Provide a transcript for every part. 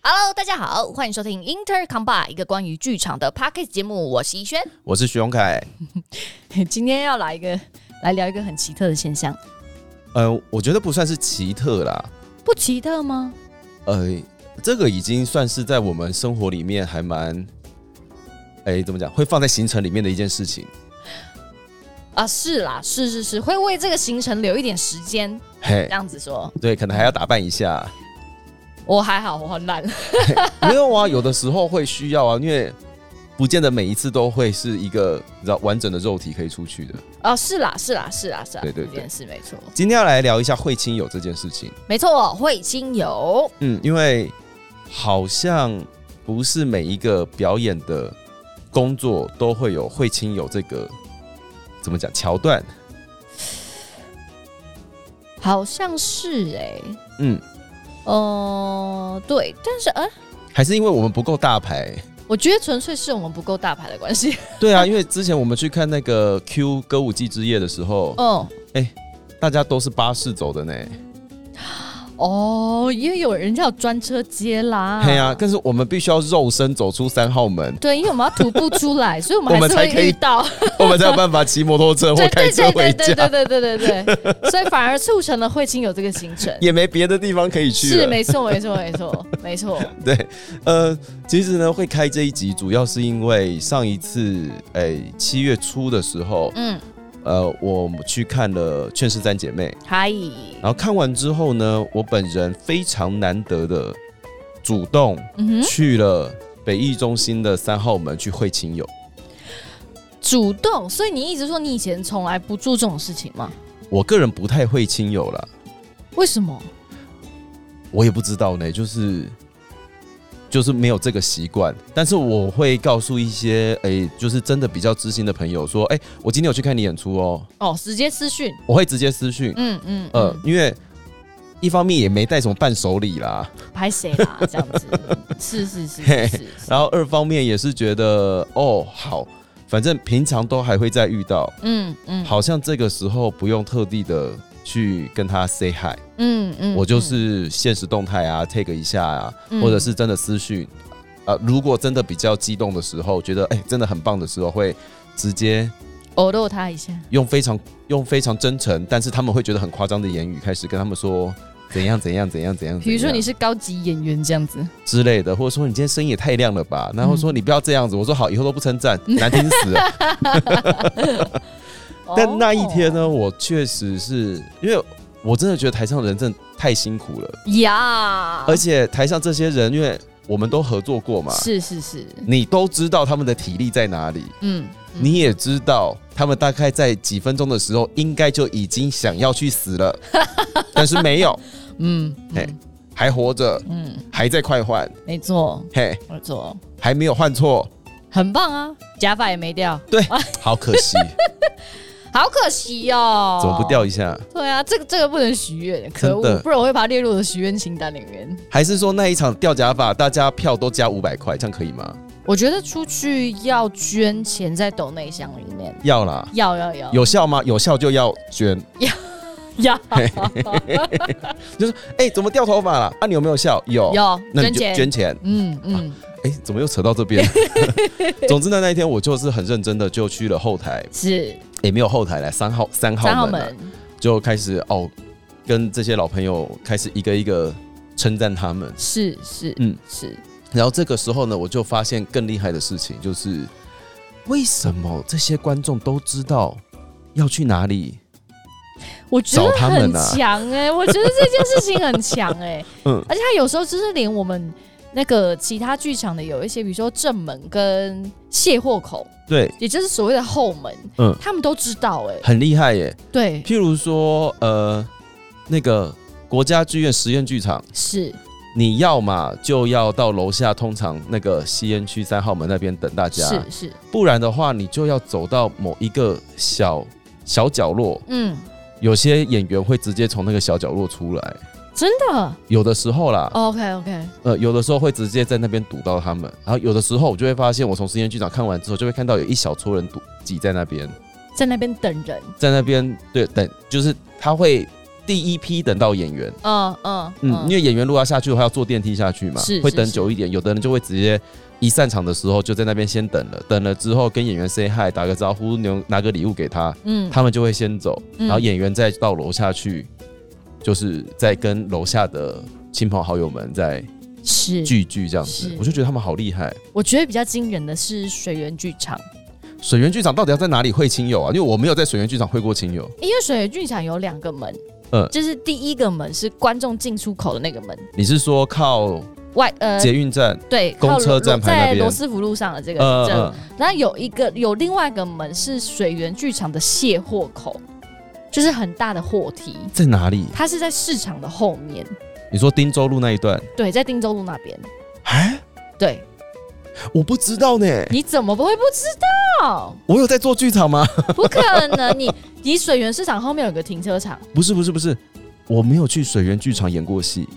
Hello， 大家好，欢迎收听 Intercom 一个关于剧场的 Podcast 节目。我是怡轩， 我是徐荣凯。 今天要来聊一个很奇特的现象。 我觉得不算是奇特啦。 不奇特吗？ 这个已经算是在我们生活里面还蛮，怎么讲，会放在行程里面的一件事情。 啊，是啦，是，会为这个行程留一点时间，这样子说。 对，可能还要打扮一下。 我还好，我很懒。 没有啊，有的时候会需要啊，因为不见得每一次都会是一个你知道完整的肉体可以出去的。 哦，是啦， 对， 这件事没错。 今天要来聊一下会亲友这件事情。 没错，会亲友。 因为好像不是每一个表演的工作都会有会亲友这个怎么讲桥段。 好像是对，但是还是因为我们不够大牌。 我觉得纯粹是我们不够大牌的关系。 对啊，因为之前我们去看那个 Q 歌舞伎之夜的时候，大家都是巴士走的呢。 因为有人家有专车接啦。 对啊，但是我们必须要肉身走出3号门。 对，因为我们要徒步出来，所以我们还是会遇到， 我们才有办法骑摩托车或开车回家。 对，所以反而促成了会亲友这个行程， 也没别的地方可以去了。 是，没错。 对，其实呢，会开这一集主要是因为上一次7月初的时候，我去看了《劝世三姐妹》，然后看完之后呢，我本人非常难得的主动去了北艺中心的3号门去会亲友。 主动，所以你一直说你以前从来不做这种事情吗？ 我个人不太会亲友啦。 为什么？ 我也不知道呢，就是没有这个习惯，但是我会告诉一些就是真的比较知心的朋友说，我今天有去看你演出哦。 直接私讯， 我会直接私讯，因为一方面也没带什么伴手礼啦， 拍谁啦这样子，是。 然后二方面也是觉得好，反正平常都还会再遇到，好像这个时候不用特地的去跟他 say hi，我就是限时动态啊 take 一下啊，或者是真的私讯，如果真的比较激动的时候，觉得真的很棒的时候，会直接偶逗他一下， 用非常真诚，但是他们会觉得很夸张的言语开始跟他们说怎样，比如说你是高级演员这样子之类的，或者说你今天声音也太亮了吧，然后说你不要这样子，我说好，以后都不称赞，难听死了。但那一天呢，我确实是因为我真的觉得台上的人真的太辛苦了呀， 而且台上这些人，因为我们都合作过嘛， 是， 你都知道他们的体力在哪里，你也知道他们大概在几分钟的时候应该就已经想要去死了，但是没有，还活着，还在快换， 没错，没错， 还没有换错， 很棒啊，假发也没掉， 对，好可惜。 好可惜哦， 怎么不掉一下？ 对啊，这个不能许愿，可恶，不然我会把它列入我的许愿清单里面。 还是说那一场掉假发，大家票都加500块，这样可以吗？ 我觉得出去要捐钱在抖内箱里面， 要啦， 要， 有效吗？有效就要捐， 要， 就是怎么掉头发了？你有没有效？有，那你就捐钱，怎么又扯到这边？总之呢，那一天我就是很认真的就去了后台， 是， 没有后台来3号门，就开始跟这些老朋友开始一个一个称赞他们， 是。 然后这个时候呢，我就发现更厉害的事情，就是为什么这些观众都知道要去哪里？ 我觉得很强我觉得这件事情很强而且他有时候就是连我们那个其他剧场的有一些，比如说正门跟卸货口，对，也就是所谓的后门，他们都知道很厉害耶。 对， 譬如说那个国家剧院实验剧场， 是你要嘛就要到楼下，通常那个吸烟区3号门那边等大家， 是， 不然的话你就要走到某一个小角落，有些演员会直接从那个小角落出来。 真的？ 有的时候啦 ，OK， 有的时候会直接在那边堵到他们，然后有的时候我就会发现，我从实验剧场看完之后，就会看到有一小撮人挤在那边， 在那边等人， 在那边对等，就是他会第一批等到演员。因为演员如果要下去的话，要坐电梯下去嘛，会等久一点。有的人就会直接一散场的时候就在那边先等了，等了之后跟演员 say hi 打个招呼，拿个礼物给他，他们就会先走，然后演员再到楼下去，就是再跟楼下的亲朋好友们再聚这样子。我就觉得他们好厉害。我觉得比较惊人的是水源剧场。 水源剧场到底要在哪里会亲友啊？因为我没有在水源剧场会过亲友。 因为水源剧场有2个门，就是第一个门是观众进出口的那个门。 你是说靠捷运站？ 对， 公车站牌那边， 在罗斯福路上的这个。然后有另外一个门是水源剧场的卸货口，就是很大的货梯。 在哪里？ 它是在市场的后面。 你说汀州路那一段？ 对，在汀州路那边。对。 我不知道呢。 你怎么不会不知道？ 我有在做剧场吗？ 不可能，你水源市场后面有个停车场。 不是，我没有去水源剧场演过戏。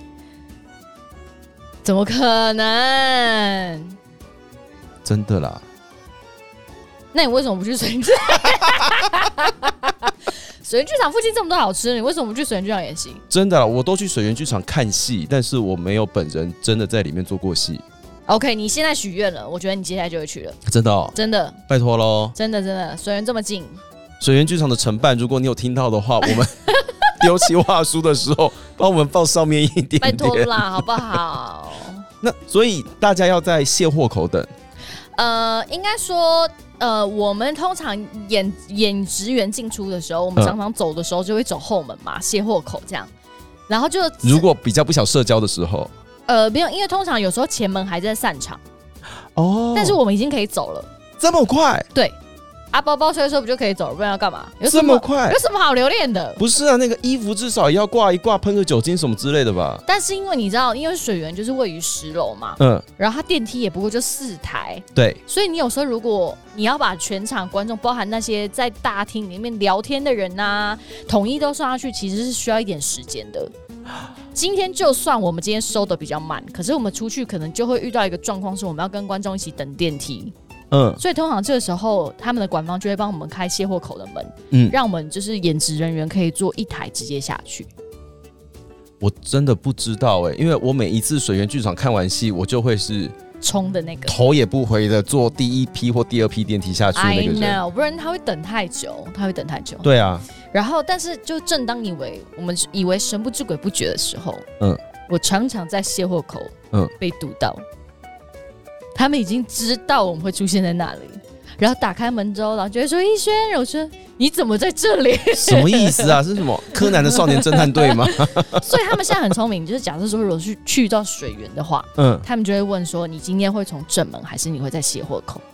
怎么可能？ 真的啦。 那你为什么不去水源剧场？水源剧场附近这么多好吃的，你为什么不去水源剧场演戏？ 真的啦，我都去水源剧场看戏，但是我没有本人真的在里面做过戏。 OK， 你现在许愿了，我觉得你接下来就会去了。 真的哦？ 真的， 拜托咯。 真的，水源这么近。 水源剧场的承办，如果你有听到的话，我们丢企划书的时候，帮我们放上面一点点。 拜托啦，好不好？ 那所以大家要在卸货口等。 应该说，我们通常演职员进出的时候，我们常常走的时候就会走后门嘛，卸货口这样。然后就如果比较不想社交的时候。 没有，因为通常有时候前门还在散场，但是我们已经可以走了， 这么快？ 对，包包吹吹不就可以走了？不然要干嘛？ 这么快？ 有什么好留恋的？ 不是啊，那个衣服至少也要挂一挂，喷个酒精什么之类的吧？ 但是因为你知道，因为水源就是位于10楼嘛，然后它电梯也不过就4台， 对， 所以你有时候如果你要把全场观众，包含那些在大厅里面聊天的人啊，统一都算下去，其实是需要一点时间的。今天就算我们今天收的比较慢，可是我们出去可能就会遇到一个状况，是我们要跟观众一起等电梯。所以通常这个时候，他们的馆方就会帮我们开卸货口的门，让我们就是演职人员可以坐一台直接下去。 我真的不知道因为我每一次水源剧场看完戏，我就会是冲的那个， 头也不回的坐第一批或第2批电梯下去那个人。 I know， 不然他会等太久， 对啊。 然后，但是就正当我们以为神不知鬼不觉的时候，我常常在卸货口被堵到。他们已经知道我们会出现在那里，然后打开门之后，然后就会说：“逸轩，我说你怎么在这里？” 什么意思啊？是什么柯南的少年侦探队吗？ 所以他们现在很聪明，就是假设说，如果是去到水源的话，他们就会问说：“你今天会从正门，还是你会在卸货口？”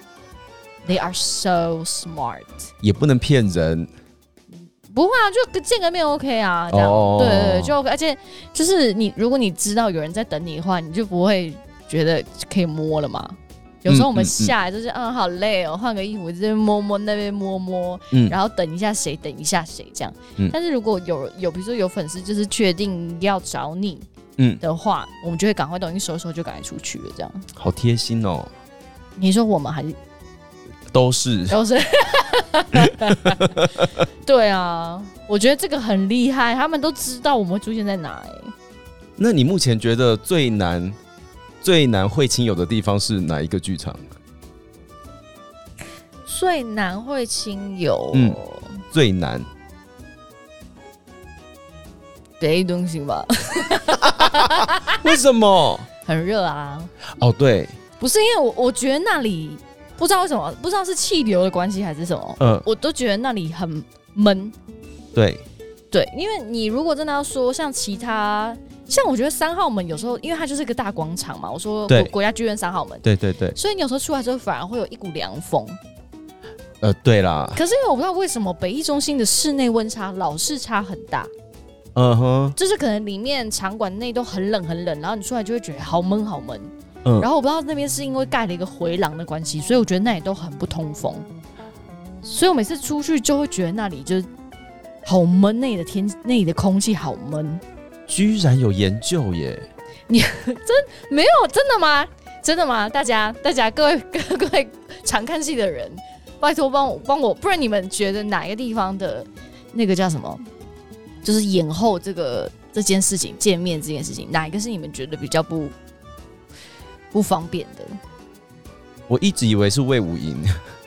They are so smart， 也不能骗人。 不会啊，就见个面 OK 啊，这样对，就 OK。而且就是如果你知道有人在等你的话，你就不会觉得可以摸了嘛。有时候我们下来就是好累哦，换个衣服这边摸摸那边摸摸，然后等一下谁等一下谁这样。但是如果有比如说有粉丝就是确定要找你的话，我们就会赶快东西收收就赶快出去了，这样。 好贴心哦。 你说我们还是都是对啊，我觉得这个很厉害，他们都知道我们会出现在哪。 那你目前觉得最难会亲友的地方是哪一个剧场？ 最难会亲友， 最难别东西吧？ 为什么？ 很热啊！ 哦，对， 不是因为我觉得那里不知道为什么，不知道是气流的关系还是什么，我都觉得那里很闷。对，因为你如果真的要说像其他。像我觉得3号门有时候，因为它就是一个大广场嘛，我说国家剧院3号门， 对， 所以你有时候出来之后反而会有一股凉风。 对啦。 可是因为我不知道为什么北艺中心的室内温差老是差很大，就是可能里面场馆内都很冷很冷，然后你出来就会觉得好闷好闷。然后我不知道那边是因为盖了一个回廊的关系，所以我觉得那里都很不通风，所以我每次出去就会觉得那里就是好闷，那里的空气好闷。 居然有研究耶！ 你没有真的吗？真的吗？大家各位常看戏的人，拜托帮我，不然你们觉得哪一个地方的那个叫什么就是延后这件事情见面这件事情，哪一个是你们觉得比较不方便的？ 我一直以为是卫武营。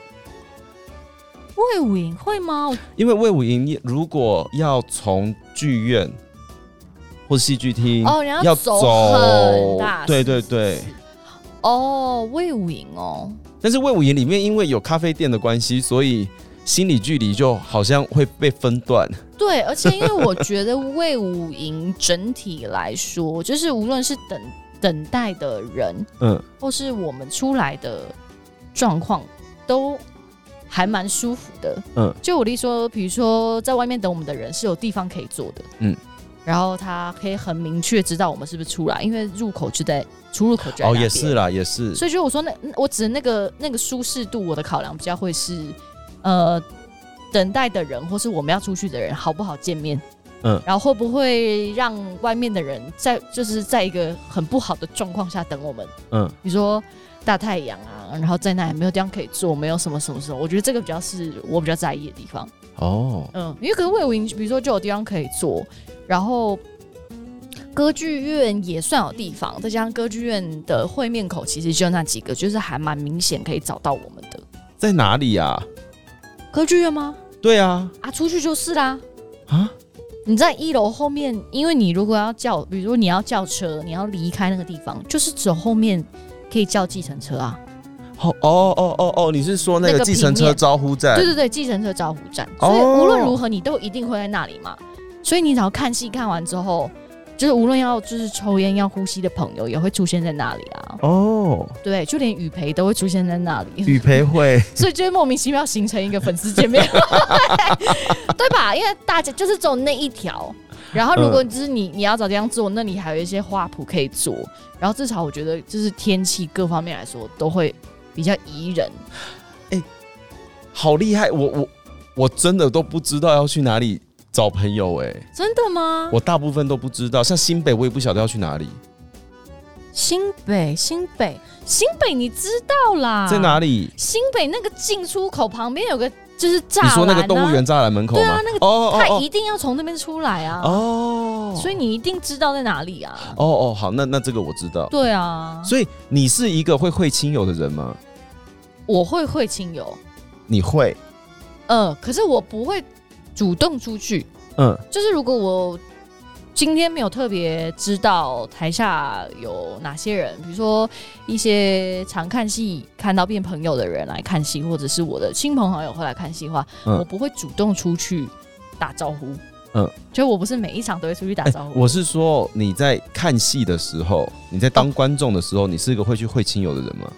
卫武营会吗？ 因为卫武营如果要从剧院或戏剧厅你要走很大， 对对对， 卫武营但是卫武营里面因为有咖啡店的关系，所以心理距离就好像会被分段。 对，而且因为我觉得卫武营整体来说，就是无论是等待的人，或是我们出来的状况，都还蛮舒服的。就我例说，比如说在外面等我们的人是有地方可以坐的，然后他可以很明确知道我们是不是出来，因为出入口就在那边。 也是啦，也是。 所以就我说我指的那个舒适度，我的考量比较会是等待的人或是我们要出去的人好不好见面，然后会不会让外面的人在一个很不好的状况下等我们，比如说大太阳啊，然后在那里没有地方可以坐，没有什么，我觉得这个比较是我比较在意的地方。因为可是卫武营比如说就有地方可以坐，然后歌剧院也算有地方，再加上歌剧院的会面口其实就那几个，就是还蛮明显可以找到我们的。 在哪里啊？ 歌剧院吗？ 对啊， 出去就是啦。你在1楼后面，因为你如果要比如说你要叫车，你要离开那个地方，就是走后面可以叫计程车啊。 你是说那个计程车招呼站？对对对，计程车招呼站。所以无论如何你都一定会在那里嘛。所以你只要看戏看完之后，就是无论要就是抽烟要呼吸的朋友也会出现在那里啊。对，就连雨培都会出现在那里。 雨培会， 所以就会莫名其妙形成一个粉丝见面，对吧？因为大家就是走那一条。然后如果就是你要找地方坐，那你还有一些花圃可以坐。然后至少我觉得就是天气各方面来说都会比较宜人。 好厉害！我真的都不知道要去哪里找朋友。 真的吗？ 我大部分都不知道，像新北我也不晓得要去哪里。 新北你知道啦？ 在哪里？ 新北那个进出口旁边有个就是栅栏， 你说那个动物园栅栏门口吗？ 对啊，那个他一定要从那边出来啊。所以你一定知道在哪里啊。 好，那这个我知道。 对啊， 所以你是一个会亲友的人吗？ 我会亲友。 你会？ 可是我不会主动出去。就是如果我今天没有特别知道台下有哪些人，比如说一些常看戏看到变朋友的人来看戏，或者是我的亲朋好友会来看戏的话，我不会主动出去打招呼。就我不是每一场都会出去打招呼。 我是说你在看戏的时候，你在当观众的时候，你是一个会去会亲友的人吗？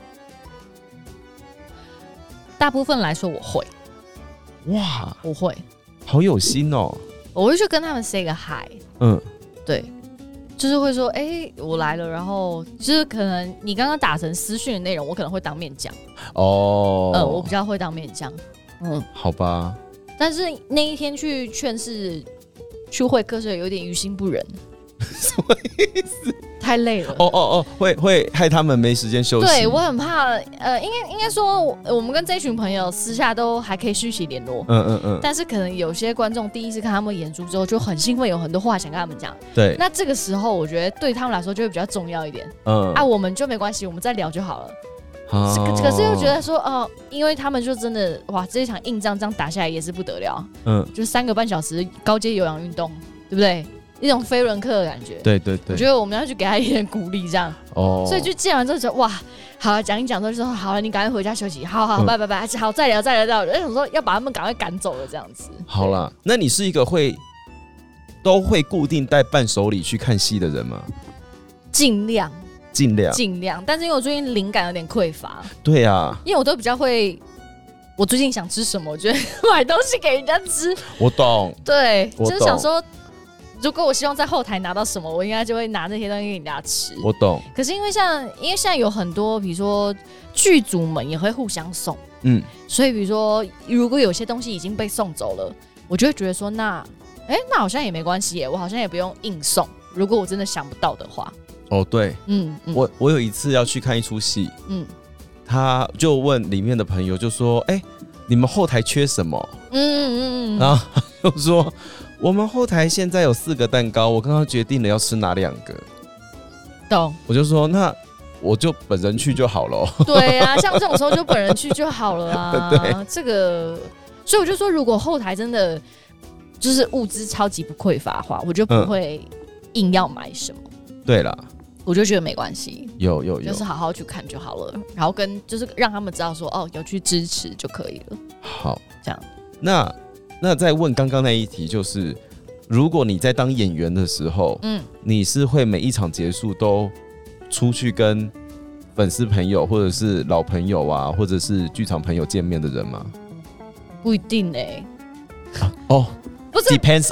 大部分来说我会。 哇， 我会， 好有心哦。 我会去跟他们 say 个 hi。对，就是会说我来了，然后就是可能你刚刚打成私讯的内容，我可能会当面讲。我比较会当面讲。 好吧。 但是那一天去劝世去会客室有点于心不忍。 什么意思？ 太累了。 会害他们没时间休息。 对，我很怕。应该说，我们跟这群朋友私下都还可以续起联络。但是可能有些观众第一次看他们演出之后就很兴奋，有很多话想跟他们讲。 对。 那这个时候，我觉得对他们来说就会比较重要一点。我们就没关系，我们再聊就好了。可是又觉得说，因为他们就真的哇，这一场硬仗打下来也是不得了。就3个半小时高阶有氧运动，对不对？一种飞轮课的感觉。 对对对， 我觉得我们要去给他一点鼓励，这样。所以就见完之后就哇，好了，讲一讲之后就说好了，你赶快回家休息，好，拜，好，再聊。我就想说要把他们赶快赶走了，这样子。 好啦，那你是一个都会固定带伴手礼去看戏的人吗？ 尽量，但是因为我最近灵感有点匮乏。对啊，因为我都比较会，我最近想吃什么，我觉得买东西给人家吃。我懂。对，就是想说。如果我希望在后台拿到什么，我应该就会拿那些东西给人家吃。我懂。可是因为现在有很多，比如说剧组们也会互相送，所以比如说如果有些东西已经被送走了，我就会觉得说那好像也没关系耶，我好像也不用硬送。如果我真的想不到的话。对，我有一次要去看一出戏，他就问里面的朋友就说，你们后台缺什么？然后他就说。 我们后台现在有4个蛋糕，我刚刚决定了要吃哪2个。 懂。 我就说那我就本人去就好了。 对啊，像这种时候就本人去就好了啊。 对， 这个，所以我就说，如果后台真的就是物资超级不匮乏的话，我就不会硬要买什么。 对啦， 我就觉得没关系， 有， 就是好好去看就好了，然后就是让他们知道说，哦，有去支持就可以了。 好， 这样。 那再问刚刚那一题，就是如果你在当演员的时候，你是会每一场结束都出去跟粉丝朋友或者是老朋友啊，或者是剧场朋友见面的人吗？ 不一定哦， 不是 ，depends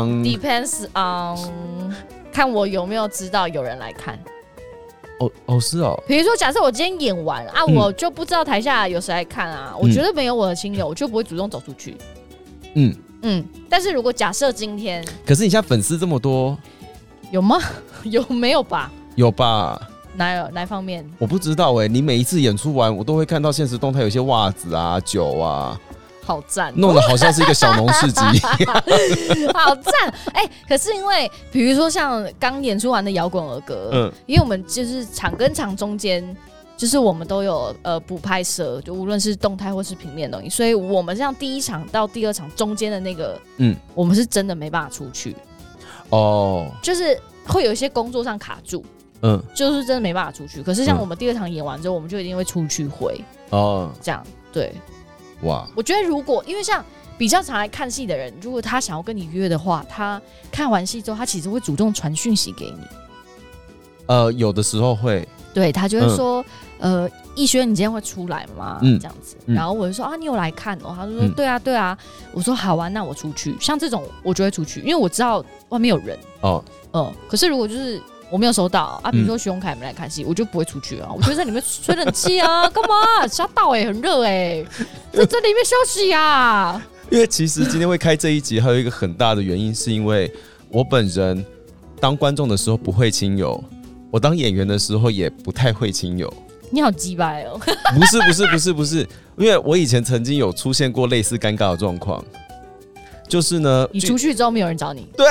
on 看我有没有知道有人来看。 是哦。 比如说，假设我今天演完啊，我就不知道台下有谁来看啊，我觉得没有我的亲友，我就不会主动走出去。但是如果假设今天， 可是你现在粉丝这么多， 有吗？有没有吧？ 有吧？ 哪方面？我不知道你每一次演出完，我都会看到限时动态有一些袜子啊、酒啊， 好赞， 弄得好像是一个小农市集， 好赞！可是因为比如说像刚演出完的摇滚儿歌，因为我们就是场跟场中间，就是我们都有补拍摄，就无论是动态或是平面的东西，所以我们像第1场到第2场中间的那个，我们是真的没办法出去，就是会有一些工作上卡住。就是真的没办法出去。可是像我们第2场演完之后，我们就一定会出去回这样对。哇，我觉得如果因为像比较常来看戏的人，如果他想要跟你约的话，他看完戏之后，他其实会主动传讯息给你。 有的时候会， 对他就会说，逸轩，你今天会出来吗？这样子，然后我就说啊，你有来看哦？他就说对啊，对啊。我说好啊，那我出去。像这种我就会出去，因为我知道外面有人可是如果就是我没有收到啊，比如说徐荣凯没来看戏，我就不会出去啊，我就在里面吹冷气啊，干嘛？吓到很热在里面休息啊。 因为其实今天会开这一集，还有一个很大的原因，是因为我本人当观众的时候不会亲友，我当演员的时候也不太会亲友。 你好鸡掰哦！ 不是，因为我以前曾经有出现过类似尴尬的状况，就是呢， 你出去之后没有人找你， 对。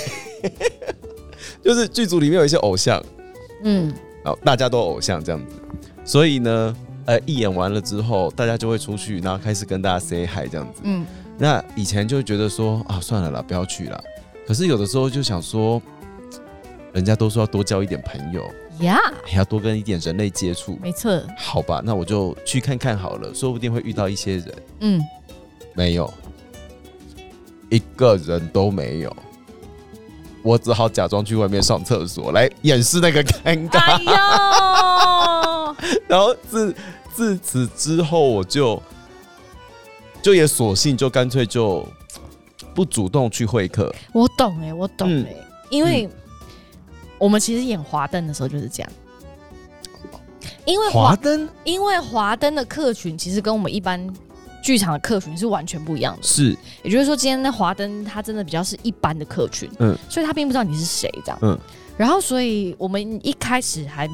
就是剧组里面有一些偶像，大家都偶像这样子，所以呢，一演完了之后，大家就会出去，然后开始跟大家 say hi 这样子。那以前就会觉得说啊，算了啦，不要去啦。可是有的时候就想说，人家都说要多交一点朋友呀， 要多跟一点人类接触， 没错。 好吧，那我就去看看好了，说不定会遇到一些人。没有，一个人都没有。我只好假装去外面上厕所来掩饰那个尴尬。然后自此之后，我就也索性就干脆就不主动去会客。 我懂因为我们其实演华灯的时候就是这样。因为华灯的客群其实跟我们一般剧场的客群是完全不一样的， 是， 也就是说，今天的华灯它真的比较是一般的客群，所以他并不知道你是谁这样，然后所以我们一开始还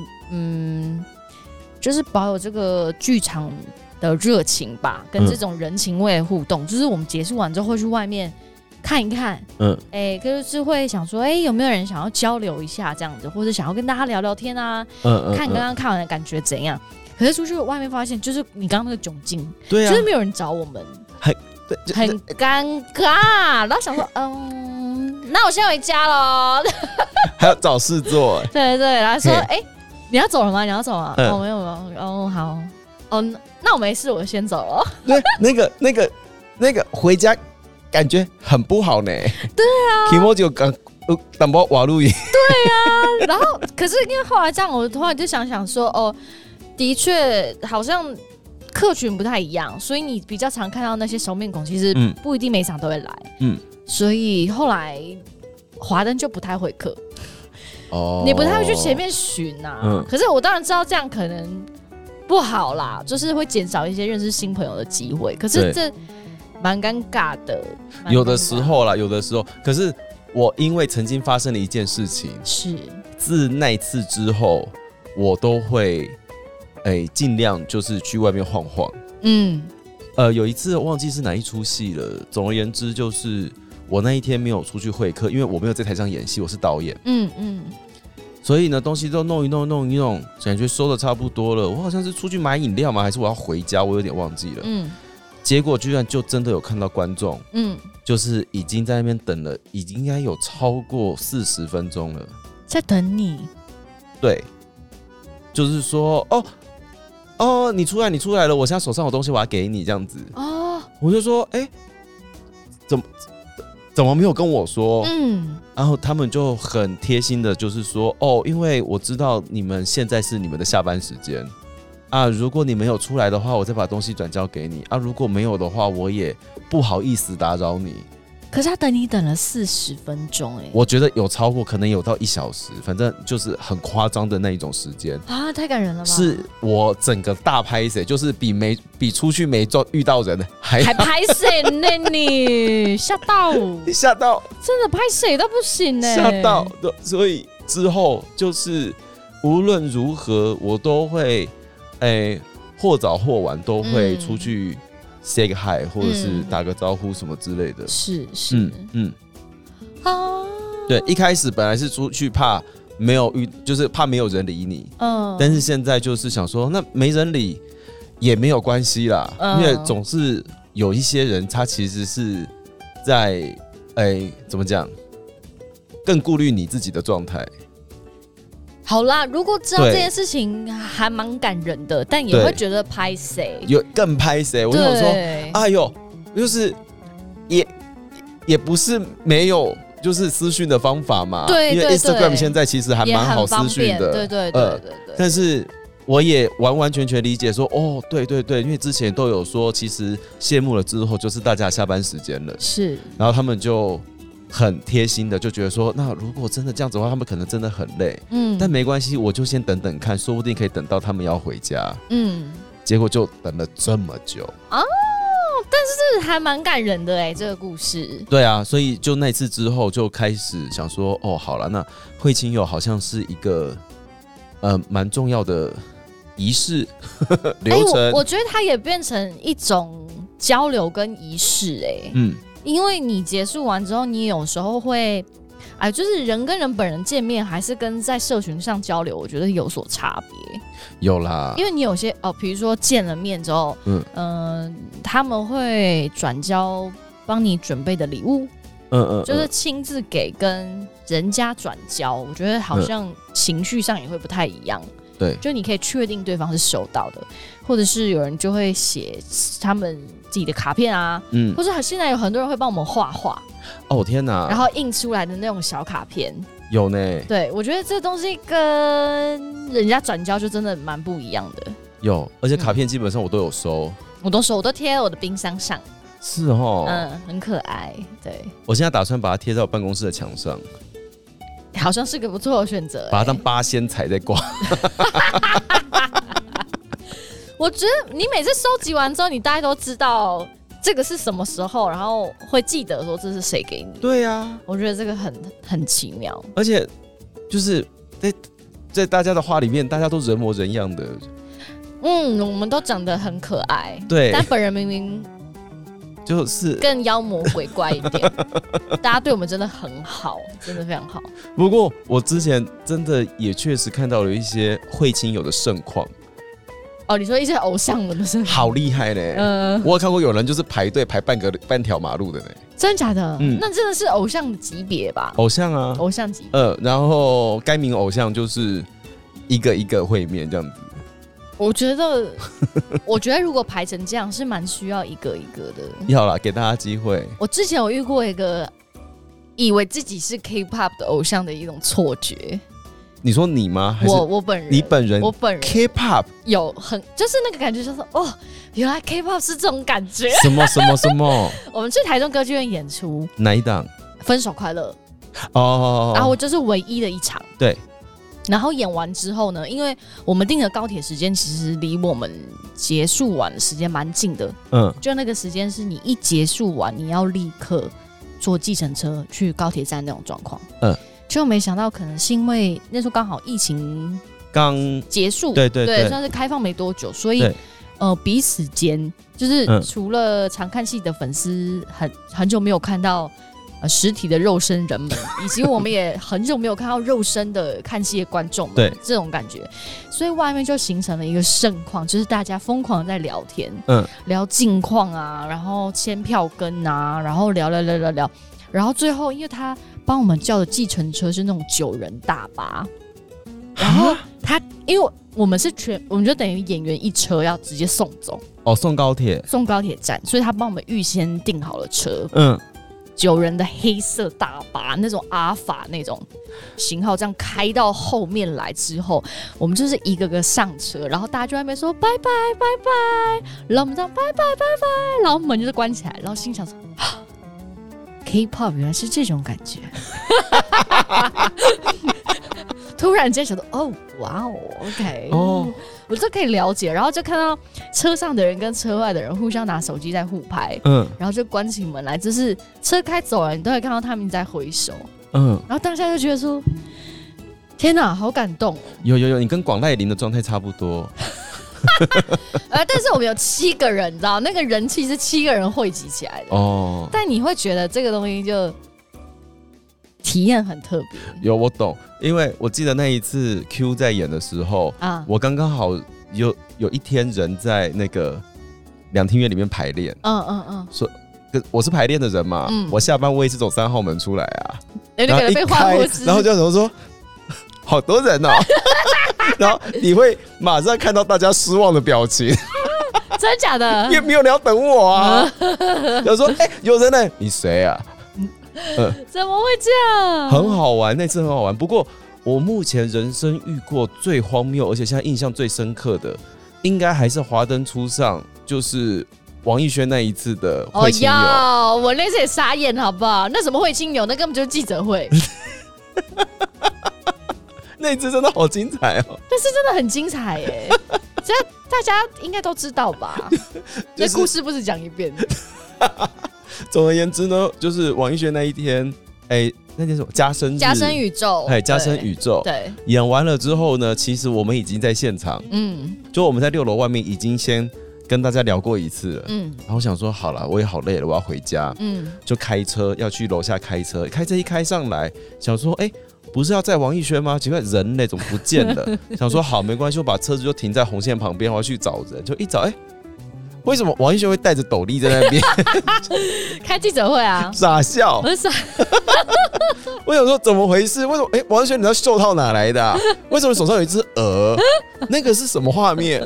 就是保有这个剧场的热情吧，跟这种人情味的互动，就是我们结束完之后会去外面看一看，就是会想说，有没有人想要交流一下这样子，或者想要跟大家聊聊天啊，看你刚刚看完的感觉怎样。可是出去外面发现，就是你刚刚那个窘境，对啊，就是没有人找我们，很尴尬。然后想说，那我先回家咯。 还要找事做， 对，然后说，你要走了吗？你要走吗？没有，好，那我没事，我就先走了。 对，那个回家感觉很不好呢。 对啊， 提莫就淡薄瓦路伊。 对啊，然后可是因为后来这样，我突然就想说，的确，好像客群不太一样，所以你比较常看到那些熟面孔，其实不一定每场都会来。所以后来华灯就不太会客，你不太会去前面巡啊。可是我当然知道这样可能不好啦，就是会减少一些认识新朋友的机会。可是这蛮尴尬的， 有的时候，可是我因为曾经发生了一件事情， 是自那次之后，我都会。尽量就是去外面晃晃。有一次忘记是哪一出戏了。总而言之，就是我那一天没有出去会客，因为我没有在台上演戏，我是导演。所以呢，东西都弄一弄，感觉收的差不多了。我好像是出去买饮料吗？还是我要回家？我有点忘记了。结果居然就真的有看到观众，就是已经在那边等了，已经应该有超过40分钟了， 在等你。 对，就是说，你出来了，我现在手上有东西，我要给你这样子。我就说，怎么没有跟我说？然后他们就很贴心的，就是说，因为我知道你们现在是你们的下班时间啊，如果你没有出来的话，我再把东西转交给你啊，如果没有的话，我也不好意思打扰你。 可是他等你等了40分钟， 我觉得有超过，可能有到1小时，反正就是很夸张的那一种时间啊，太感人了吧！ 是我整个大拍摄，就是比出去没遇到人还拍摄呢，你吓到，真的拍摄都不行呢， 吓到。所以之后就是无论如何，我都会或早或晚都会出去。say 个 hi 或者是打个招呼什么之类的， 是， 对，一开始本来是出去怕没有就是怕没有人理你，但是现在就是想说，那没人理也没有关系啦，因为总是有一些人他其实是在怎么讲，更顾虑你自己的状态。 好啦，如果知道这件事情还蛮感人的，但也会觉得拍谁有更拍谁。我想说，哎呦，就是也不是没有就是私讯的方法嘛。 对， 因为 Instagram 现在其实还蛮好私讯的。 对。 但是我也完完全全理解说，对，因为之前都有说，其实谢幕了之后就是大家下班时间了， 是， 然后他们就很贴心的就觉得说，那如果真的这样子的话，他们可能真的很累，但没关系，我就先等等看，说不定可以等到他们要回家。结果就等了这么久但是还蛮感人的这个故事。 对啊，所以就那次之后就开始想说，好了，那会亲友好像是一个蛮重要的仪式流程。 我觉得它也变成一种交流跟仪式因为你结束完之后，你有时候会，就是人跟人本人见面，还是跟在社群上交流，我觉得有所差别。 有啦， 因为你有些比如说见了面之后，他们会转交帮你准备的礼物，就是亲自给跟人家转交，我觉得好像情绪上也会不太一样。 对， 就你可以确定对方是收到的，或者是有人就会写他们自己的卡片啊，或者现在有很多人会帮我们画画。 天哪！ 然后印出来的那种小卡片， 有呢。 对，我觉得这东西跟人家转交就真的蛮不一样的。 有，而且卡片基本上我都有收， 我都贴在我的冰箱上。 是哦， 很可爱。对， 我现在打算把它贴在我办公室的墙上。 好像是个不错的选择， 把它当八仙彩在挂。 我觉得你每次收集完之后，你大概都知道这个是什么时候，然后会记得说这是谁给你。 对啊， 我觉得这个很奇妙， 而且就是在大家的话里面，大家都人模人样的。 我们都长得很可爱， 对， 但本人明明就是更妖魔鬼怪一点。大家对我们真的很好，真的非常好。 不过我之前真的也确实看到了一些会亲友的盛况。 你说一些偶像的盛况， 好厉害呢。我有看过有人就是排队排半条马路的呢。 真的假的？那真的是偶像级别吧？ 偶像啊， 偶像级别。 然后该名偶像就是一个一个会面这样子。 我觉得如果排成这样是蛮需要一个一个的。 要啦，给大家机会。我之前有遇过一个以为自己是 K-pop 的偶像的一种错觉。 你说你吗？还是我本人？ 你本人？ 我本人 K-pop 有就是那个感觉，就是原来 K-pop 是这种感觉。 什么？我们去台中歌剧院演出， 哪一档？ 分手快乐。然后我就是唯一的一场。 对。 然后演完之后呢，因为我们订的高铁时间其实离我们结束完的时间蛮近的，就那个时间是你一结束完，你要立刻坐计程车去高铁站那种状况，就没想到可能是因为那时候刚好疫情刚结束，对，算是开放没多久，所以彼此间就是除了常看戏的粉丝很久没有看到实体的肉身人们，以及我们也很久没有看到肉身的看戏的观众们，对这种感觉，所以外面就形成了一个盛况，就是大家疯狂在聊天，聊近况啊，然后签票根啊，然后聊，然后最后因为他帮我们叫的计程车是那种9人大巴，然后他因为我们就等于演员一车要直接送走送高铁站，所以他帮我们预先订好了车，9人的黑色大巴，那种阿法那种型号，这样开到后面来之后，我们就是一个个上车，然后大家就在那边说拜拜拜拜，然后我们这样拜拜拜拜，然后门就是关起来，然后心想说K-pop 原来是这种感觉。突然间想到哇哦 OK 我就可以了解，然后就看到车上的人跟车外的人互相拿手机在互拍，然后就关起门来，就是车开走了，你都会看到他们在挥手，然后当下就觉得说天哪好感动。 有你跟广濑铃的状态差不多。 但是我们有7个人，你知道那个人气是7个人汇集起来的但你会觉得这个东西就体验很特别。 有我懂，因为我记得那一次 Q 在演的时候我刚刚好有一天人在那个两厅院里面排练，说我是排练的人嘛，我下班我也是走3号门出来啊， 然后被欢呼， 然后就怎么说好多人然后你会马上看到大家失望的表情。 真的假的？ 也没有人要等我啊。有说有人呢，你谁啊？ 怎么会这样？ 很好玩，那次很好玩。不过我目前人生遇过最荒谬，而且现在印象最深刻的，应该还是华灯初上，就是王艺轩那一次的会亲友。 我那次也傻眼，好不好？那什么会亲友，那根本就是记者会。 那一次真的好精彩哦！ 但是真的很精彩耶，这大家应该都知道吧？这故事不是讲一遍。 总而言之呢，就是王艺轩那一天，那天什么加生宇宙， 加生宇宙， 对， 演完了之后呢，其实我们已经在现场，就我们在6楼外面已经先跟大家聊过一次了，然后想说好了，我也好累了，我要回家，就开车要去楼下开车一开上来，想说不是要载王艺轩吗？奇怪，人呢怎么不见了？想说好没关系，我把车子就停在红线旁边，我要去找人，就一找为什么王艺轩会带着斗笠在那边开记者会啊？ 傻笑， 我傻。 我想说怎么回事？为什么？王艺轩，你的袖套哪来的为什么手上有一只鹅？那个是什么画面？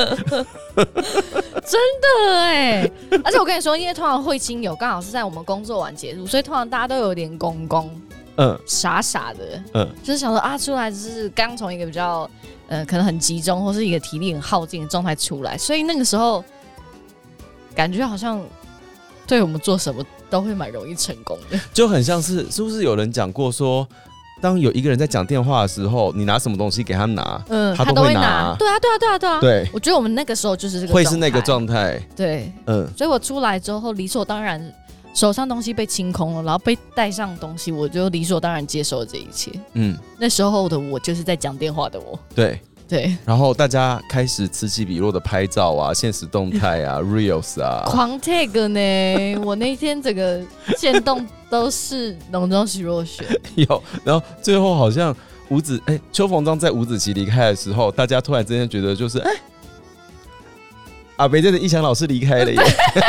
真的而且我跟你说，因为通常会亲友刚好是在我们工作完结束，所以通常大家都有点公公，傻傻的，就是想说出来就是刚从一个比较可能很集中或是一个体力很耗尽的状态出来，所以那个时候感觉好像对我们做什么都会蛮容易成功的， 就很像是不是有人讲过说，当有一个人在讲电话的时候，你拿什么东西给他拿，他都会拿。 对啊。对，我觉得我们那个时候就是这个会是那个状态。 对，所以我出来之后理所当然手上东西被清空了，然后被带上东西，我就理所当然接受了这一切。那时候的我就是在讲电话的我。对， 然后大家开始此起彼落的拍照啊，现实动态啊，reels 啊， 狂 tag 呢。我那天整个限动都是浓妆徐若瑄。 有，然后最后好像邱逢章在吴子琪离开的时候，大家突然之间觉得就是阿北这的逸翔老师离开了耶。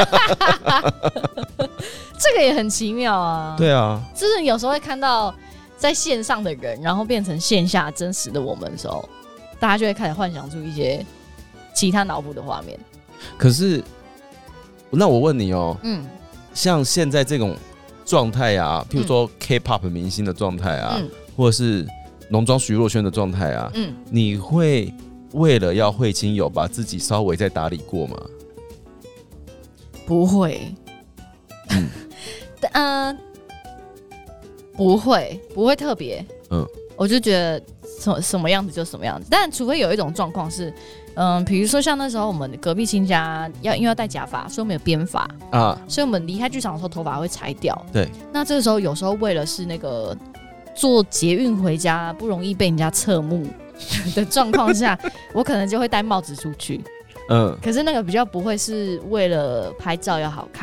这个也很奇妙啊。 对啊， 就是有时候会看到在线上的人，然后变成线下真实的我们的时候，大家就会开始幻想出一些其他脑补的画面。 可是，那我问你像现在这种状态啊，譬如说 K-pop 明星的状态啊，或者是浓妆徐若瑄的状态啊，你会为了要会亲友把自己稍微再打理过吗？ 不会，不会特别，我就觉得什么样子就什么样子，但除非有一种状况是，比如说像那时候我们隔壁亲家因为要戴假发，所以我们有编发所以我们离开剧场的时候头发会拆掉。 对， 那这个时候有时候为了是那个坐捷运回家不容易被人家侧目的状况下，我可能就会戴帽子出去。可是那个比较不会是为了拍照要好看。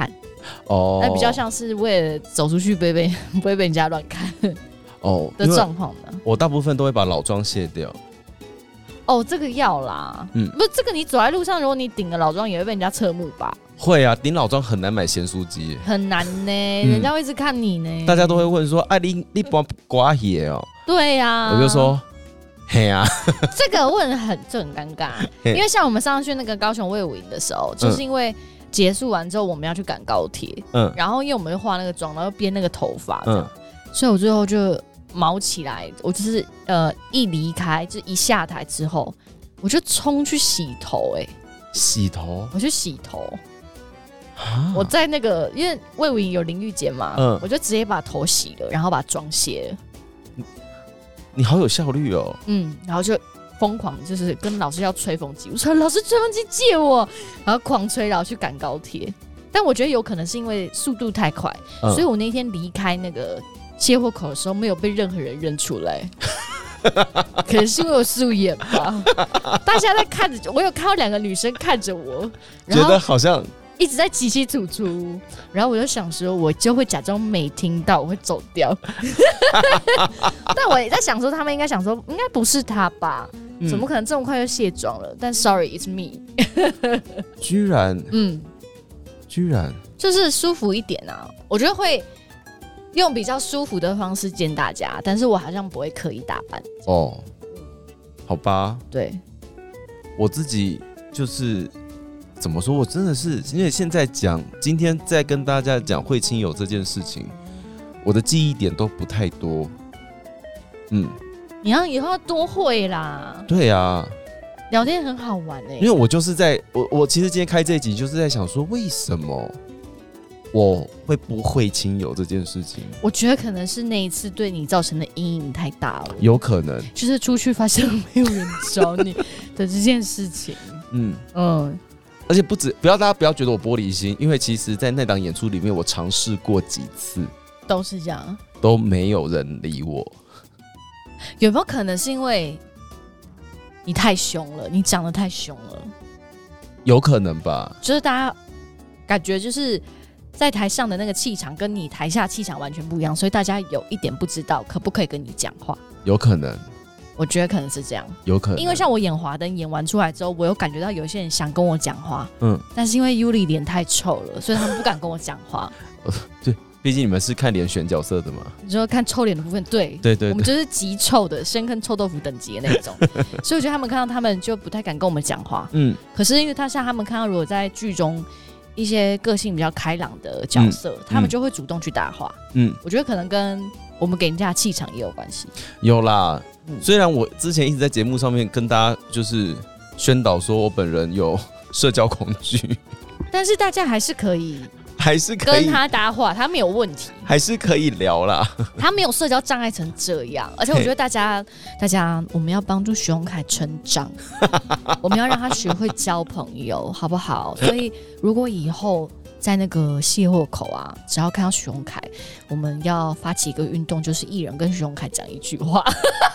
哦，那比较像是为了走出去不会被人家乱看的状况的。 我大部分都会把老妆卸掉。 哦，这个要啦，不是这个你走在路上，如果你顶个老妆也会被人家侧目吧？ 会啊，顶老妆很难买咸酥鸡， 很难呢，人家会一直看你呢。 大家都会问说，哎，你刮血哦？ 对呀， 我就说，嘿啊， 这个问这很尴尬，因为像我们上次去那个高雄卫武营的时候，就是因为结束完之后我们要去赶高铁，然后因为我们就化那个妆，然后编那个头发，所以我最后就毛起来，我就是一离开就一下台之后，我就冲去洗头， 洗头， 我去洗头。我在那个，因为卫武营有淋浴间嘛，我就直接把头洗了，然后把妆卸了。 你好有效率哦。 然后就疯狂就是跟老师要吹风机，我说老师吹风机借我，然后狂吹，然后去赶高铁。但我觉得有可能是因为速度太快，所以我那天离开那个卸货口的时候没有被任何人认出来。可能是因为我素颜吧，大家在看着，我有看到2个女生看着我，然后觉得好像一直在挤吐出，然后我就想说，我就会假装没听到，我会走掉。但我也在想说，他们应该想说，应该不是他吧？怎么可能这么快就卸妆了？但 sorry, it's me 。 居然，居然就是舒服一点啊！我觉得会用比较舒服的方式见大家，但是我好像不会刻意打扮。 哦，好吧， 对， 我自己就是怎么说，我真的是因为现在讲，今天在跟大家讲会亲友这件事情，我的记忆点都不太多。 你要以后要多会啦。 对啊， 聊天很好玩因为我就是我其实今天开这一集就是在想说，为什么我会不会亲友这件事情？我觉得可能是那一次对你造成的阴影太大了， 有可能就是出去发现没有人找你的这件事情。 而且大家不要觉得我玻璃心，因为其实在那档演出里面，我尝试过几次， 都是这样， 都没有人理我。 有没有可能是因为你太凶了，你讲得太凶了？ 有可能吧， 就是大家感觉就是在台上的那个气场跟你台下气场完全不一样，所以大家有一点不知道可不可以跟你讲话。 有可能， 我觉得可能是这样， 有可能， 因为像我演华灯演完出来之后，我有感觉到有些人想跟我讲话，但是因为 Yuli 脸太臭了，所以他们不敢跟我讲话。 对，毕竟你们是看脸选角色的嘛。 你说看臭脸的部分，对，我们就是极臭的深坑臭豆腐等级的那种，所以我觉得他们看到他们就不太敢跟我们讲话。可是因为他们看到如果在剧中一些个性比较开朗的角色，他们就会主动去搭话。我觉得可能跟我们给人家的气场也有关系。 有啦，虽然我之前一直在节目上面跟大家就是宣导说我本人有社交恐惧， 但是大家还是可以跟他搭话，他没有问题， 还是可以聊啦。 他没有社交障碍成这样，而且我觉得大家我们要帮助徐荣凯成长，我们要让他学会交朋友，好不好？所以如果以后在那个卸货口啊，只要看到徐荣凯，我们要发起一个运动，就是一人跟徐荣凯讲一句话。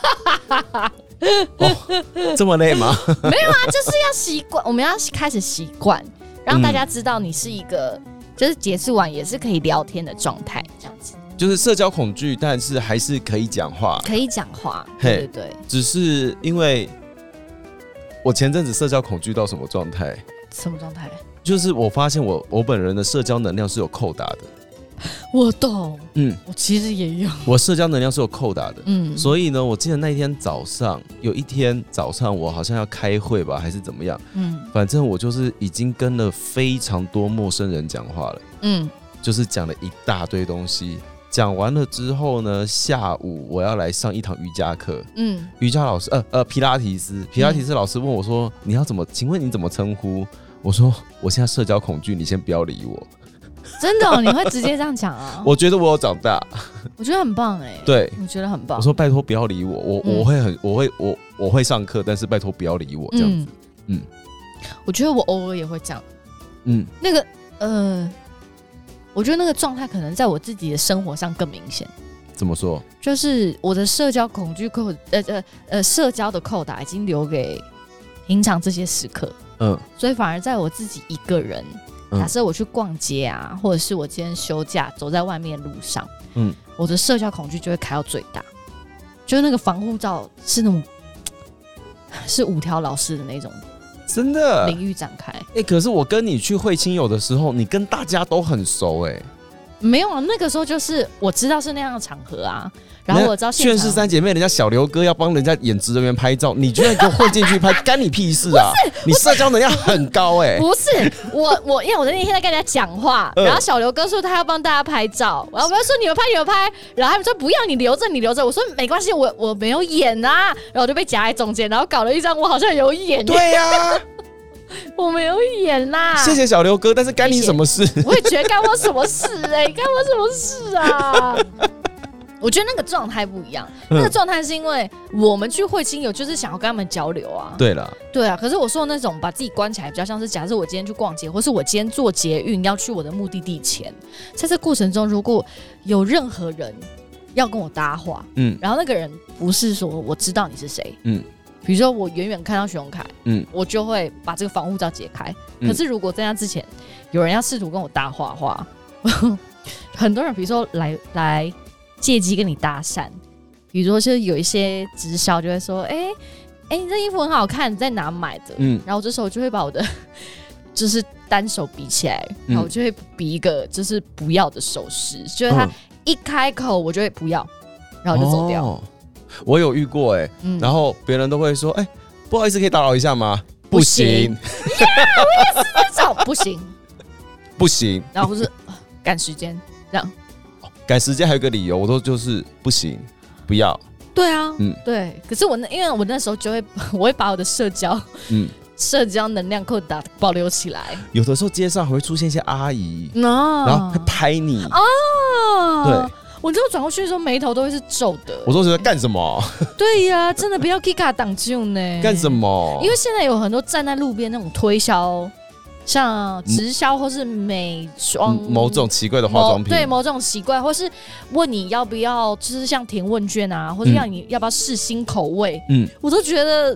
这么累吗？ 没有啊，就是要习惯，我们要开始习惯，让大家知道你是一个。就是结束完也是可以聊天的状态，这样子。 就是社交恐惧，但是还是可以讲话， 可以讲话，对对对。 只是因为我前阵子社交恐惧到什么状态？ 什么状态？ 就是我发现我本人的社交能量是有扣打的。 我懂，我其实也有。 我社交能量是有扣打的，所以呢，我记得那一天早上，有一天早上我好像要开会吧，还是怎么样，反正我就是已经跟了非常多陌生人讲话了，就是讲了一大堆东西。讲完了之后呢，下午我要来上一堂瑜伽课，瑜伽老师皮拉提斯老师问我说：“你要怎么？请问你怎么称呼？”我说：“我现在社交恐惧，你先不要理我。” 真的你会直接这样讲啊？ 我觉得我有长大， 我觉得很棒对， 我觉得很棒。 我说拜托不要理我，我会上课，但是拜托不要理我这样子。 我觉得我偶尔也会这样。那个我觉得那个状态可能在我自己的生活上更明显。 怎么说？ 就是我的社交恐惧社交的扣打已经留给平常这些时刻。所以反而在我自己一个人假设我去逛街啊，或者是我今天休假走在外面路上，我的社交恐惧就会开到最大，就是那个防护罩是那种是5条老师的那种， 真的领域展开。 可是我跟你去会亲友的时候，你跟大家都很熟没有啊，那个时候就是我知道是那样的场合啊，然后我知道劝世三姐妹，人家小刘哥要帮人家演职人员拍照，你居然给我混进去拍，干你屁事啊！你社交能量很高不是我，因为我那天在跟人家讲话，然后小刘哥说他要帮大家拍照，然后我就说你们拍，然后他们说不要，你留着，我说没关系，我没有演啊，然后我就被夹在中间，然后搞了一张我好像有演。 对啊。 我没有演啦， 谢谢小刘哥，但是干你什么事？ 我也觉得干我什么事干我什么事啊？我觉得那个状态不一样，那个状态是因为我们去会亲友就是想要跟他们交流啊。 对了， 对啊，可是我说的那种把自己关起来，比较像是假设我今天去逛街，或是我今天坐捷运要去我的目的地前，在这过程中如果有任何人要跟我搭话，然后那个人不是说我知道你是谁，比如说我远远看到徐荣凯，我就会把这个防护罩解开。可是如果在那之前有人要试图跟我搭话的话，很多人比如说来借机跟你搭讪，比如说是有一些直销就会说，你这衣服很好看，你在哪买的？然后这时候我就会把我的就是单手比起来，然后我就会比一个就是不要的手势，就是他一开口我就会不要，然后就走掉。 我有遇过然后别人都会说，不好意思，可以打扰一下吗？不行。我也是这种，不行。然后或是赶时间这样。 赶时间还有一个理由，我都就是不行，不要。 对啊，对。可是因为我那时候我会把我的社交能量扣打保留起来。 有的时候街上还会出现一些阿姨，然后会拍你。对。 我就转过去的时候，眉头都会是皱的。 我说是在干什么？ 对呀，真的不要 Kika 挡住呢。 干什么？ 因为现在有很多站在路边那种推销，像直销或是美妆， 某种奇怪的化妆品， 对，某种奇怪，或是问你要不要，就是像填问卷啊，或者让你要不要试新口味，我都觉得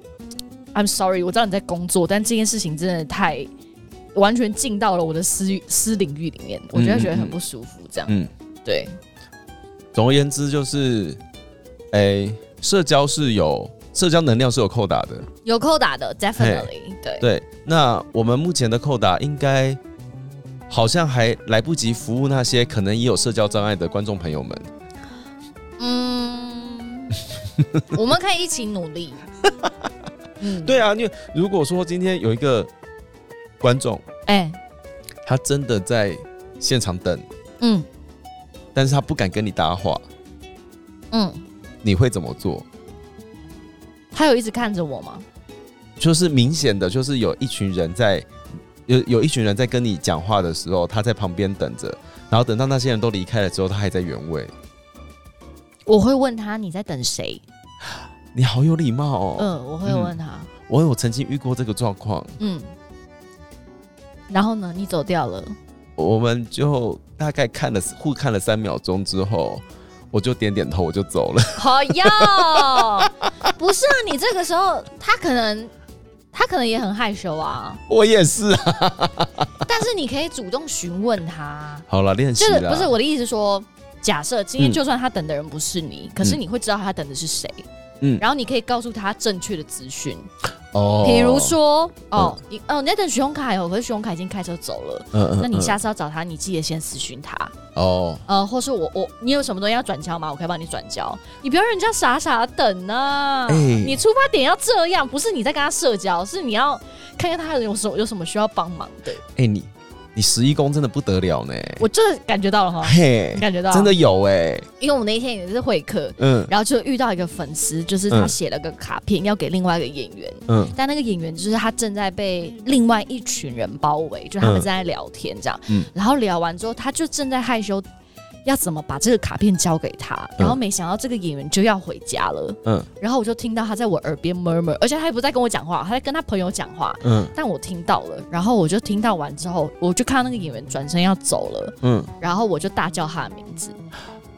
I'm sorry， 我知道你在工作，但这件事情真的太完全进到了我的私领域里面，我觉得很不舒服，这样，对。 总而言之，就是社交能量是有扣打的， 有扣打的 ，definitely， 对。那我们目前的扣打应该好像还来不及服务那些可能也有社交障碍的观众朋友们。 我们可以一起努力。 对啊，因为如果说今天有一个观众，他真的在现场等，但是他不敢跟你搭话，你会怎么做？ 他有一直看着我吗？ 就是明显的，就是有一群人在跟你讲话的时候，他在旁边等着，然后等到那些人都离开了之后，他还在原位。 我会问他你在等谁？ 你好有礼貌哦。 我会问他。 我有曾经遇过这个状况。 然后呢？你走掉了。 我们就大概互看了3秒钟之后，我就点点头，我就走了。 好呀，不是啊，你这个时候他可能也很害羞啊。 我也是啊。 但是你可以主动询问他。 好了，练习了。 不是我的意思说，假设今天就算他等的人不是你，可是你会知道他等的是谁。然后你可以告诉他正确的资讯。比如说，你在等徐宏凯可是徐宏凯已经开车走了。那你下次要找他，你记得先私讯他。或是你有什么东西要转交吗？我可以帮你转交。你不要让人家傻傻的等啊！你出发点要这样，不是你在跟他社交，是你要看看他有什么需要帮忙的。 你11公真的不得了呢！ 我真的感觉到了哈，感觉到真的有因为我们那一天也是会客，然后就遇到一个粉丝，就是他写了个卡片要给另外一个演员，但那个演员就是他正在被另外一群人包围，就他们正在聊天这样，然后聊完之后他就正在害羞。要怎么把这个卡片交给他？然后没想到这个演员就要回家了。然后我就听到他在我耳边 murmur， 而且他也不在跟我讲话，他在跟他朋友讲话。但我听到了，然后我就听到完之后，我就看到那个演员转身要走了。然后我就大叫他的名字，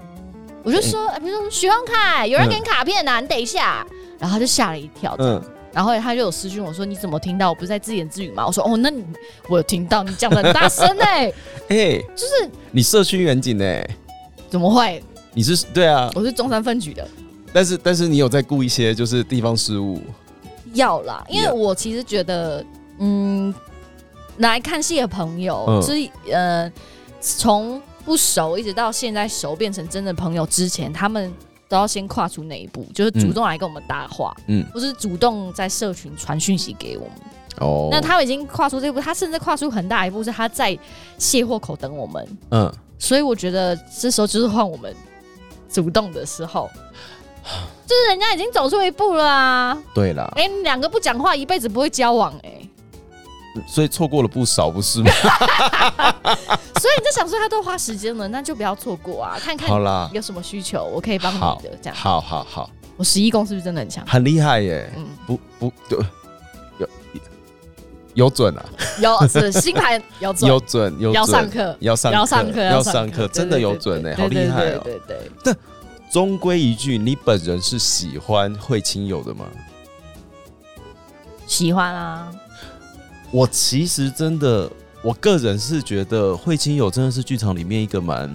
我就说，比如说徐宏凯，有人给你卡片啊，你等一下。然后他就吓了一跳。 然后他就有私讯我说你怎么听到？我不是在自言自语吗？我说哦，那我有听到你讲的很大声就是你社区远景怎么会？ 你是对啊， 我是中山分局的， 但是你有在顾一些就是地方事务？ 要啦，因为我其实觉得，来看戏的朋友，就是从不熟一直到现在熟变成真的朋友之前，他们都要先跨出那一步，就是主动来跟我们搭话，或是主动在社群传讯息给我们。哦，那他们已经跨出这一步，他甚至跨出很大一步，是他在卸货口等我们。所以我觉得这时候就是换我们主动的时候，就是人家已经走出一步了啊。 对啦， 你两个不讲话，一辈子不会交往所以错过了不少，不是吗？ 所以你在想说他都花时间了，那就不要错过啊！看看有什么需求，我可以帮你的。这样好， 我11公是不是真的很强？ 很厉害耶！有准啊！ 是星盘有准，要上课， 真的有准好厉害哦！ 对。 但终归一句，你本人是喜欢会亲友的吗？ 喜欢啊！ 我其实真的，我个人是觉得会亲友真的是剧场里面一个蛮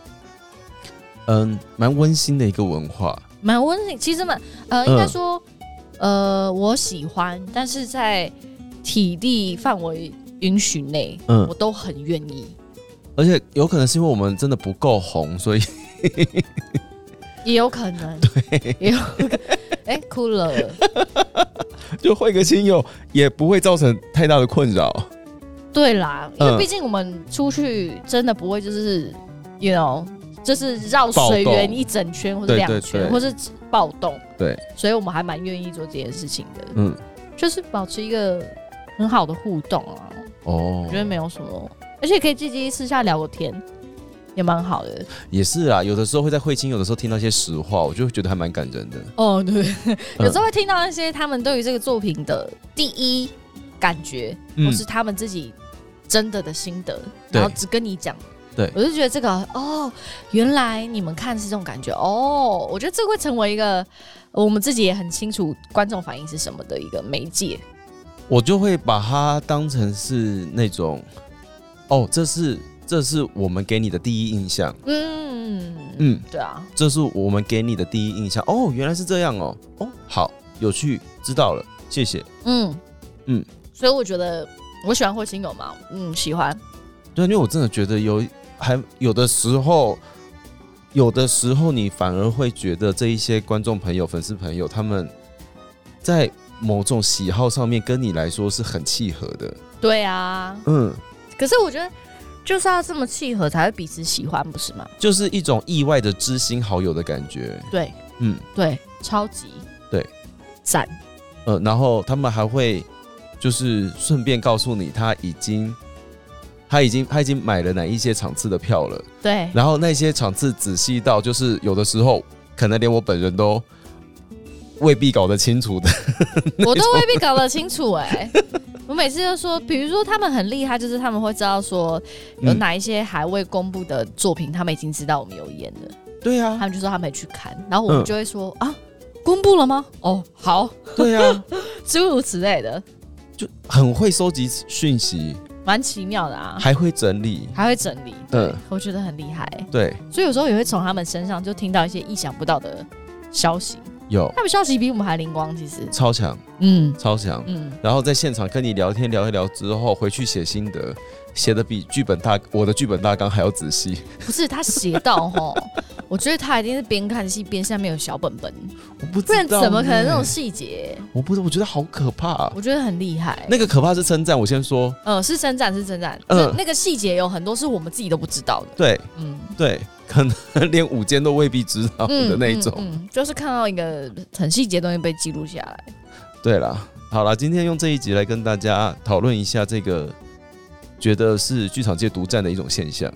温馨的一个文化， 蛮温馨。其实应该说，我喜欢，但是在体力范围允许内，我都很愿意。 而且有可能是因为我们真的不够红，所以也有可能， 对， 也有可能。哭了。 就会个亲友也不会造成太大的困扰。 对啦，因为毕竟我们出去真的不会就是就是绕水源一整圈或者2圈，或是暴动。对，所以我们还蛮愿意做这件事情的。就是保持一个很好的互动啊。我觉得没有什么，而且可以借机私下聊个天，也蛮好的。也是啊，有的时候会在会亲友的时候听到一些实话，我就会觉得还蛮感人的。 对，有时候会听到一些他们对于这个作品的第一感觉，或是他们自己真的心得，然后只跟你讲。对，我就觉得这个原来你们看是这种感觉我觉得这会成为一个我们自己也很清楚观众反应是什么的一个媒介。 我就会把它当成是那种这是我们给你的第一印象。 对啊， 这是我们给你的第一印象。原来是这样好有趣，知道了，谢谢。 所以我觉得我喜欢会亲友嘛，喜欢。 对，因为我真的觉得有的时候你反而会觉得这一些观众朋友、粉丝朋友，他们在某种喜好上面跟你来说是很契合的。对啊， 可是我觉得就是要这么契合才会彼此喜欢，不是吗？ 就是一种意外的知心好友的感觉。 对，对，超级对， 赞。 然后他们还会就是顺便告诉你他已经买了哪一些场次的票了。对，然后那些场次仔细到就是有的时候可能连我本人都未必搞得清楚的。 我都未必搞得清楚我每次就说，比如说他们很厉害，就是他们会知道说有哪一些还未公布的作品，他们已经知道我们有演了。对啊，他们就说他们没去看，然后我们就会说公布了吗？好。对啊，诸如此类的， 就很会收集讯息。 蛮奇妙的啊， 还会整理， 对，我觉得很厉害。 对， 所以有时候也会从他们身上就听到一些意想不到的消息。他们消息比我们还灵光，其实超强，超强。然后在现场跟你聊天聊一聊之后，回去写心得，写的比我的剧本大纲还要仔细。 不是他写到我觉得他一定是边看戏边下面有小本本， 我不知道， 不然怎么可能那种细节？ 我觉得好可怕。 我觉得很厉害。 那个可怕是称赞，我先说， 是称赞。那个细节有很多是我们自己都不知道的。 对，对，可能连舞监都未必知道的那一种。 就是看到一个很细节的东西被记录下来。 对啦，好啦，今天用这一集来跟大家讨论一下这个，觉得是剧场界独占的一种现象。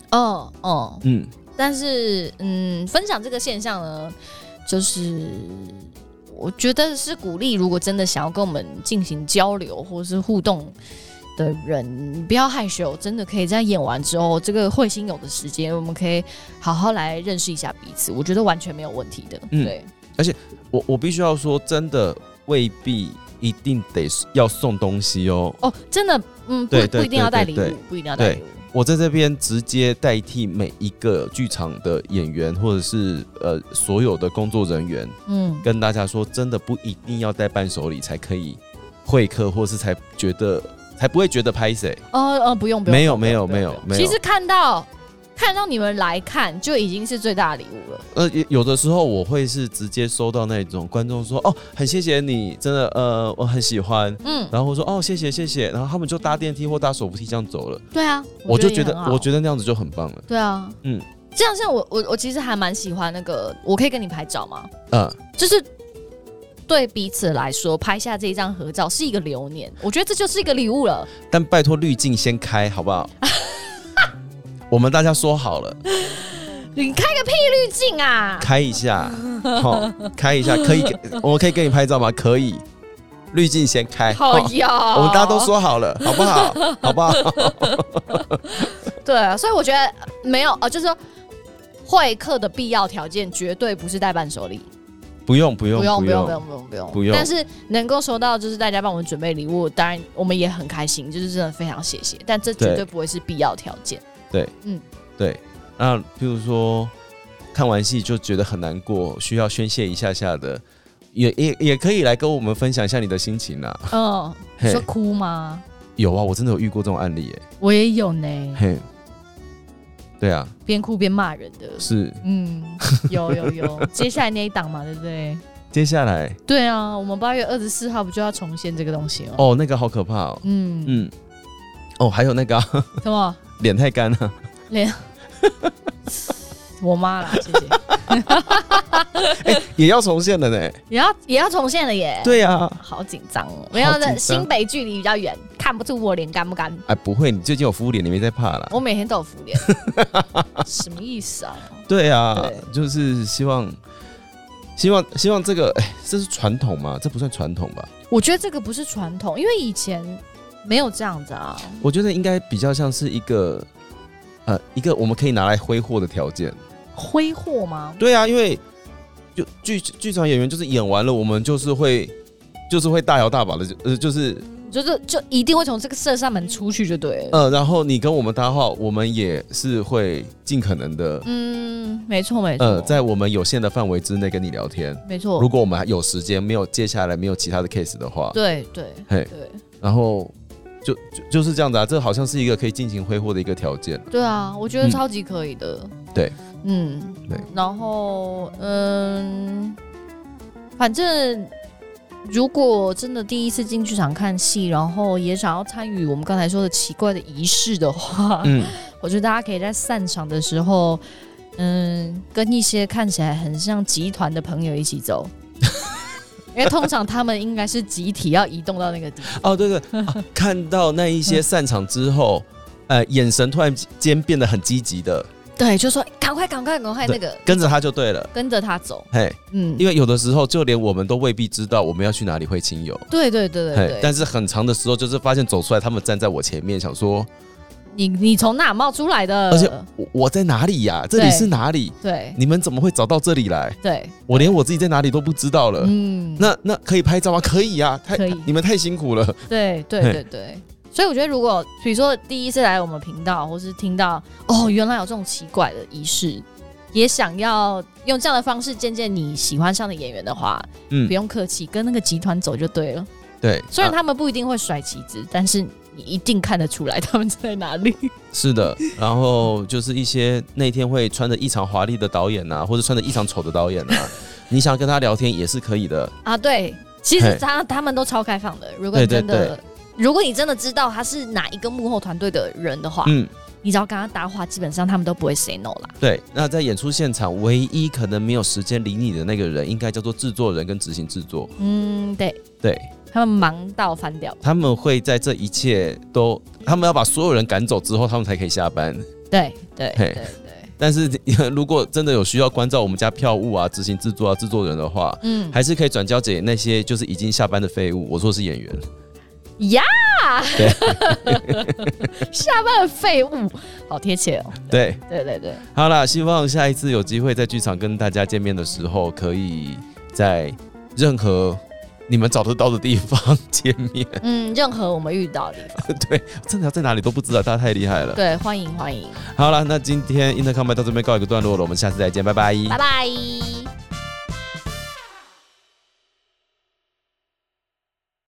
但是分享这个现象呢，就是我觉得是鼓励，如果真的想要跟我们进行交流或是互动的人，不要害羞，真的可以在演完之后，这个会心友的时间，我们可以好好来认识一下彼此，我觉得完全没有问题的。对， 而且我必须要说，真的未必一定得要送东西哦。 哦，真的，不一定要带礼物，不一定要带礼物。 我在这边直接代替每一个剧场的演员或者是所有的工作人员，跟大家说，真的不一定要带伴手礼才可以会客，或是才不会觉得拍谁。 不用， 没有。 其实看到你们来看就已经是最大的礼物了。 有的时候我会是直接收到那种观众说，很谢谢你，真的我很喜欢，然后我说谢谢，然后他们就搭电梯或搭手扶梯这样走了。 对啊， 我觉得那样子就很棒了。 对啊，这样像我其实还蛮喜欢那个，我可以跟你拍照吗？就是对彼此来说，拍下这一张合照是一个留念，我觉得这就是一个礼物了。 但拜托滤镜先开好不好？我们大家说好了， 你开个屁滤镜啊！ 开一下，开一下，可以，我们可以跟你拍照吗？可以，滤镜先开。 好呀， 我们大家都说好了，好不好？好不好？ 对啊，所以我觉得没有就是说会客的必要条件绝对不是带伴手礼。 不用。 但是能够收到就是大家帮我们准备礼物，当然我们也很开心，就是真的非常谢谢。但这绝对不会是必要条件。 对，对。那比如说看完戏就觉得很难过，需要宣泄一下下的，也可以来跟我们分享一下你的心情啦。 你说哭吗？ 有啊，我真的有遇过这种案例耶。 我也有呢。 对啊， 边哭边骂人的。 是， 有。接下来那一档嘛，对不对？ 接下来， 对啊，我们8月24号不就要重现这个东西哦？ 那个好可怕哦。还有那个什么？ 脸太干了。 脸，我妈啦，谢谢。也要重现了呢。 也要重现了耶。 对啊， 好紧张哦。没有，新北距离比较远，看不出我脸干不干。 不会，你最近有敷脸，你没在怕啦。 我每天都有敷脸。什么意思啊？ 对啊，就是希望这个，这是传统吗？这不算传统吧？ 我觉得这个不是传统，因为以前没有这样子啊。 我觉得应该比较像是一个我们可以拿来挥霍的条件。 挥霍吗？ 对啊，因为剧场演员就是演完了，我们就是会大摇大摆的，就一定会从这个射上门出去就对了。 然后你跟我们搭话，我们也是会尽可能的， 没错。 在我们有限的范围之内跟你聊天， 没错。 如果我们还有时间，接下来没有其他的 case 的话， 对。 然后就是这样子啊，这好像是一个可以尽情挥霍的一个条件。 对啊，我觉得超级可以的。 对， 对。然后反正如果真的第一次进剧场看戏，然后也想要参与我们刚才说的奇怪的仪式的话，我觉得大家可以在散场的时候，跟一些看起来很像集团的朋友一起走。因为通常他们应该是集体要移动到那个地方。 对，看到那一些散场之后，眼神突然间变得很积极的。 对，就说赶快那个跟着他就对了， 跟着他走。 因为有的时候就连我们都未必知道我们要去哪里会亲友。 对。 但是很长的时候就是发现走出来，他们站在我前面，想说你从哪冒出来的？ 而且我在哪里呀？这里是哪里？ 对， 你们怎么会找到这里来？ 对， 我连我自己在哪里都不知道了。那可以拍照吗？可以呀，可以。你们太辛苦了。 对。所以我觉得，如果比如说第一次来我们频道，或是听到原来有这种奇怪的仪式，也想要用这样的方式见见你喜欢上的演员的话，不用客气，跟那个集团走就对了。 对， 虽然他们不一定会甩旗子，但是你一定看得出来他们在哪里。 是的，然后就是一些那天会穿着异常华丽的导演啊，或者穿着异常丑的导演啊，你想要跟他聊天也是可以的啊。对，其实他们都超开放的。如果你真的，如果你真的知道他是哪一个幕后团队的人的话，你只要跟他搭话，基本上他们都不会 say no 啦。 对，那在演出现场，唯一可能没有时间理你的那个人，应该叫做制作人跟执行制作。对。 他们忙到翻掉， 他们会在这一切都，他们要把所有人赶走之后，他们才可以下班。 对。 但是如果真的有需要关照我们家票务啊、执行制作啊、制作人的话，还是可以转交给那些就是已经下班的废物。我说的是演员。 呀，对，下班的废物，好贴切哦。 对。 好啦，希望下一次有机会在剧场跟大家见面的时候，可以在任何你们找得到的地方见面。 任何我们遇到的地方。 对，真的在哪里都不知道，大家太厉害了。 对，欢迎。 好了，那今天 Intercom 到这边告一个段落了，我们下次再见，拜拜。 拜拜。